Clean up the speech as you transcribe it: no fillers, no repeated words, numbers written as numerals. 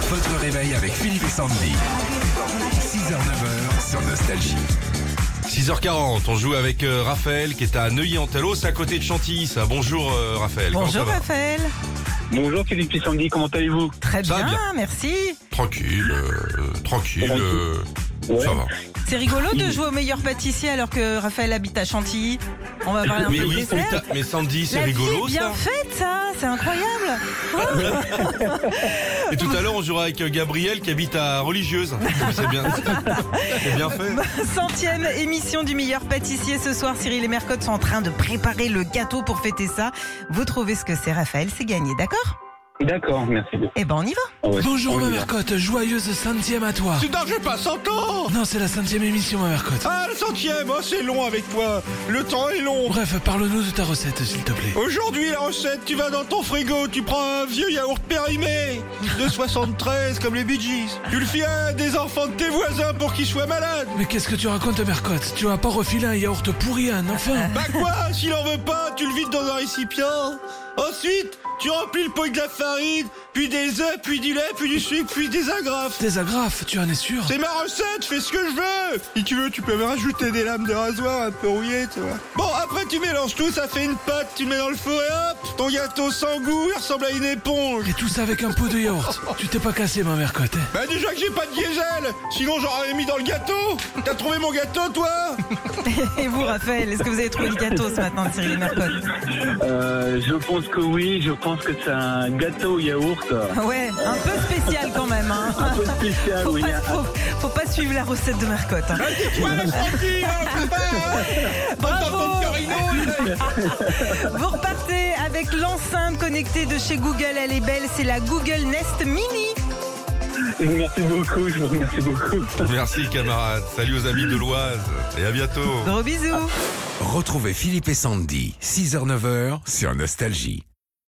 Votre réveil avec Philippe et Sandy. 6h-9h sur Nostalgie. 6h40, on joue avec Raphaël qui est à Neuilly-en-Talot, c'est à côté de Chantilly, ça. Bonjour Raphaël. Comment Bonjour ça va? Raphaël. Bonjour Philippe et Sandy, comment allez-vous? Très Ça va bien, bien. merci. Tranquille. Ouais. Ça va. C'est rigolo de jouer au meilleur pâtissier alors que Raphaël habite à Chantilly. On va parler un Mais peu de oui, dessert. mais Sandy, c'est La vie rigolo est bien ça. faite, ça. C'est incroyable. Et tout à l'heure, on jouera avec Gabriel qui habite à Religieuse. C'est bien fait. 100e émission du meilleur pâtissier. Ce soir, Cyril et Mercotte sont en train de préparer le gâteau pour fêter ça. Vous trouvez ce que c'est, Raphaël, c'est gagné, d'accord? D'accord, merci beaucoup. Eh ben, on y va. Ah ouais. Bonjour On y ma va. Mercotte, joyeuse 100e à toi. Tu j'ai pas 100 ans. Non, c'est la 100e émission ma Mercotte. Ah, le 100e, c'est long avec toi. Le temps est long. Bref, parle-nous de ta recette s'il te plaît. Aujourd'hui, la recette, tu vas dans ton frigo, tu prends un vieux yaourt périmé de 73 comme les Bee Gees. Tu le files à des enfants de tes voisins pour qu'ils soient malades. Mais qu'est-ce que tu racontes Mercotte? Tu vas pas refiler un yaourt pourri à un enfant? Bah quoi, s'il en veut pas, tu le vides dans un récipient. Ensuite, tu remplis le pot avec de la farine, puis des œufs, puis du lait, puis du sucre, puis des agrafes. Des agrafes, tu en es sûr? C'est ma recette, fais ce que je veux. Si tu veux, tu peux me rajouter des lames de rasoir un peu rouillées, tu vois. Bon, après tu mélanges tout, ça fait une pâte, tu le mets dans le four et hop, ton gâteau sans goût, il ressemble à une éponge. Et tout ça avec un pot de yaourt. Tu t'es pas cassé ma Mercotte, hein? Bah déjà que j'ai pas de diesel, sinon j'aurais mis dans le gâteau. T'as trouvé mon gâteau, toi? Et vous, Raphaël, est-ce que vous avez trouvé le gâteau ce matin, Cyril et Mercotte? Je pense que oui, je pense que c'est un gâteau au yaourt. Ouais, un peu spécial quand même. Hein. Un peu spécial, Faut, oui. faut pas suivre la recette de Mercotte. Hein. Bravo. Vous repartez avec l'enceinte connectée de chez Google. Elle est belle, c'est la Google Nest Mini. Merci beaucoup, je vous remercie beaucoup. Merci camarade, salut aux amis de l'Oise et à bientôt. Gros bisous. Retrouvez Philippe et Sandy, 6h-9h sur Nostalgie.